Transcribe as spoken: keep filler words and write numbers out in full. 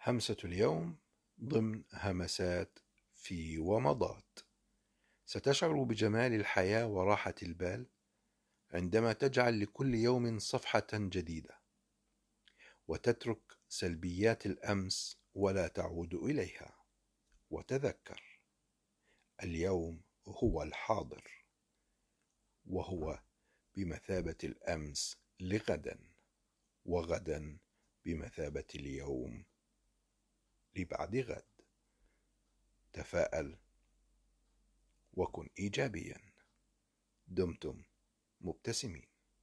همسة اليوم ضمن همسات في ومضات. ستشعر بجمال الحياة وراحة البال عندما تجعل لكل يوم صفحة جديدة، وتترك سلبيات الأمس ولا تعود إليها. وتذكر، اليوم هو الحاضر، وهو بمثابة الأمس لغدا، وغدا بمثابة اليوم لبعد غد. تفاءل وكن إيجابيا. دمتم مبتسمين.